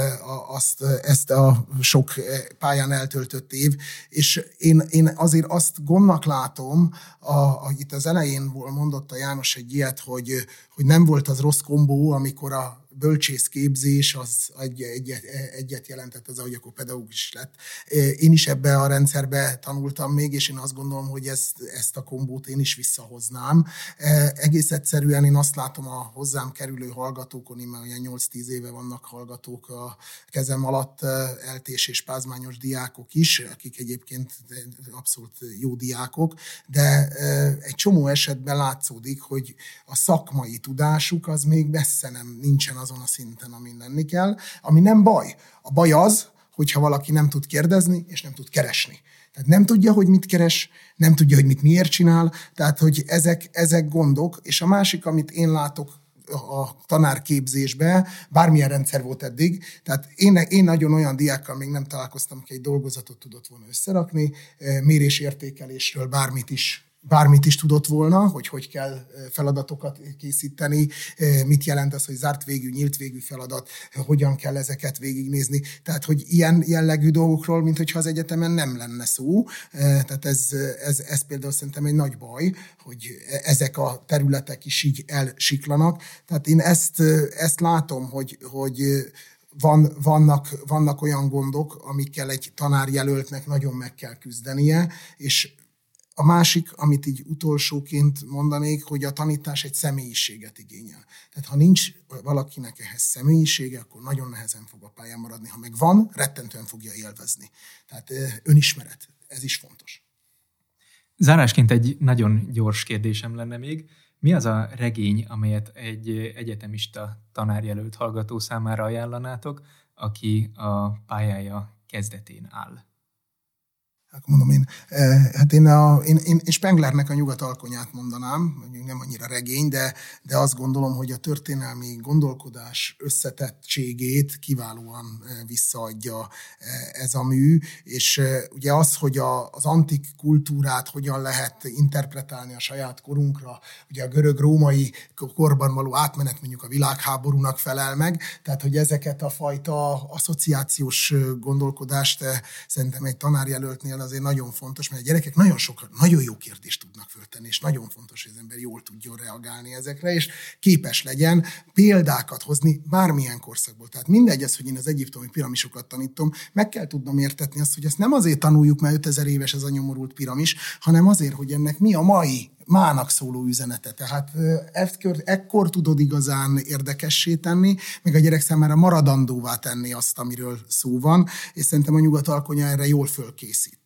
azt, ezt a sok pályán eltöltött év, és én, én azért azt gondnak látom, a, a, itt az elején mondott a János egy ilyet, hogy, hogy nem volt az rossz kombó, amikor a bölcsészképzés az egy, egyet, egyet jelentett, az, ahogy akkor pedagógus lett. Én is ebbe a rendszerbe tanultam még, és én azt gondolom, hogy ezt, ezt a kombót én is visszahoznám. Egész egyszerűen én azt látom a hozzám kerülő hallgatókon, én már olyan nyolc-tíz éve vannak hallgatók a kezem alatt, eltés és pázmányos diákok is, akik egyébként abszolút jó diákok, de egy csomó esetben látszódik, hogy a szakmai tudásuk az még messze nem nincsen azon a szinten, amin lenni kell, ami nem baj. A baj az, hogyha valaki nem tud kérdezni, és nem tud keresni. Tehát nem tudja, hogy mit keres, nem tudja, hogy mit miért csinál, tehát hogy ezek, ezek gondok, és a másik, amit én látok a tanárképzésbe, bármilyen rendszer volt eddig, tehát én, én nagyon olyan diákkal még nem találkoztam, aki egy dolgozatot tudott volna összerakni, mérésértékelésről bármit is bármit is tudott volna, hogy hogy kell feladatokat készíteni, mit jelent az, hogy zárt végű, nyílt végű feladat, hogyan kell ezeket végignézni. Tehát, hogy ilyen jellegű dolgokról, mint hogyha az egyetemen nem lenne szó. Tehát ez, ez, ez például szerintem egy nagy baj, hogy ezek a területek is így elsiklanak. Tehát én ezt, ezt látom, hogy, hogy Van, vannak, vannak olyan gondok, amikkel egy tanárjelöltnek nagyon meg kell küzdenie, és a másik, amit így utolsóként mondanék, hogy a tanítás egy személyiséget igényel. Tehát ha nincs valakinek ehhez személyisége, akkor nagyon nehezen fog a pályán maradni. Ha meg van, rettentően fogja élvezni. Tehát önismeret, ez is fontos. Zárásként egy nagyon gyors kérdésem lenne még. Mi az a regény, amelyet egy egyetemista tanárjelölt hallgató számára ajánlanátok, aki a pályája kezdetén áll? mondom én, hát én, a, én, én Spenglernek a Nyugat alkonyát mondanám, mondjuk nem annyira regény, de, de azt gondolom, hogy a történelmi gondolkodás összetettségét kiválóan visszaadja ez a mű, és ugye az, hogy a, az antik kultúrát hogyan lehet interpretálni a saját korunkra, ugye a görög-római korban való átmenet mondjuk a világháborúnak felel meg, tehát hogy ezeket a fajta asszociációs gondolkodást szerintem egy tanárjelöltnél azért nagyon fontos, mert a gyerekek nagyon sok, nagyon jó kérdést tudnak föltenni, és nagyon fontos, hogy az ember jól tudjon reagálni ezekre, és képes legyen példákat hozni bármilyen korszakból. Tehát mindegy az, hogy én az egyiptomi piramisokat tanítom, meg kell tudnom értetni azt, hogy ezt nem azért tanuljuk, mert ötezer éves ez a nyomorult piramis, hanem azért, hogy ennek mi a mai mának szóló üzenete. Tehát ekkor, ekkor tudod igazán érdekessé tenni, meg a gyerek számára maradandóvá tenni azt, amiről szó van, és szerintem a Nyugat alkonya erre jól fölkészít.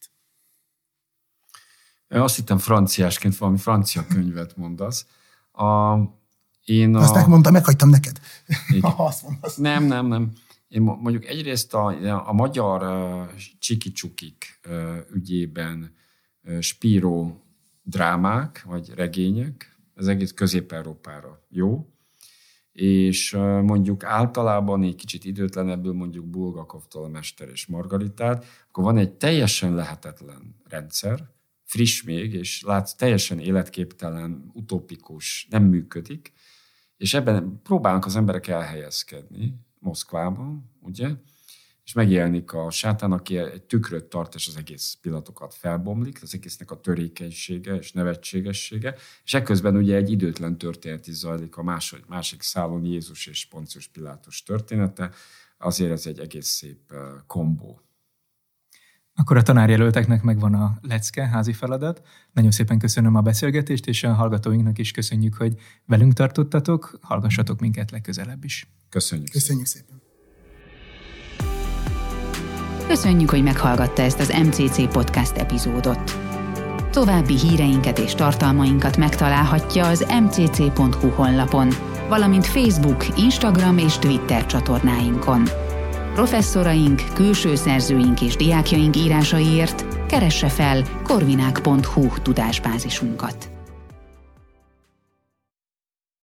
Azt hittem franciásként valami francia könyvet mondasz. A, én a... Azt megmondtam, meghagytam neked. Ha azt mondasz. Nem, nem, nem. Én mondjuk egyrészt a, a magyar uh, csiki-csukik uh, ügyében uh, Spiró drámák, vagy regények, ez egész Közép-Európára jó, és uh, mondjuk általában egy kicsit időtlenebből mondjuk Bulgakovtól a Mester és Margaritát, akkor van egy teljesen lehetetlen rendszer, friss még, és látsz, teljesen életképtelen, utopikus, nem működik, és ebben próbálnak az emberek elhelyezkedni Moszkvában, ugye, és megjelenik a sátán, aki egy tükröt tart, és az egész pillanatokat felbomlik, az egésznek a törékenysége és nevetségessége, és ekközben ugye egy időtlen történet is zajlik, a másik, másik szálon Jézus és Poncius Pilátus története, azért ez egy egész szép kombó. Akkor a tanárjelölteknek megvan a lecke, házi feladat. Nagyon szépen köszönöm a beszélgetést, és a hallgatóinknak is köszönjük, hogy velünk tartottatok, hallgassatok minket legközelebb is. Köszönjük. Köszönjük szépen. Köszönjük, hogy meghallgatta ezt az em cé cé Podcast epizódot. További híreinket és tartalmainkat megtalálhatja az em cé cé pont hu honlapon, valamint Facebook, Instagram és Twitter csatornáinkon. Professzoraink, külső szerzőink és diákjaink írásaiért keresse fel korvinák pont hu tudásbázisunkat.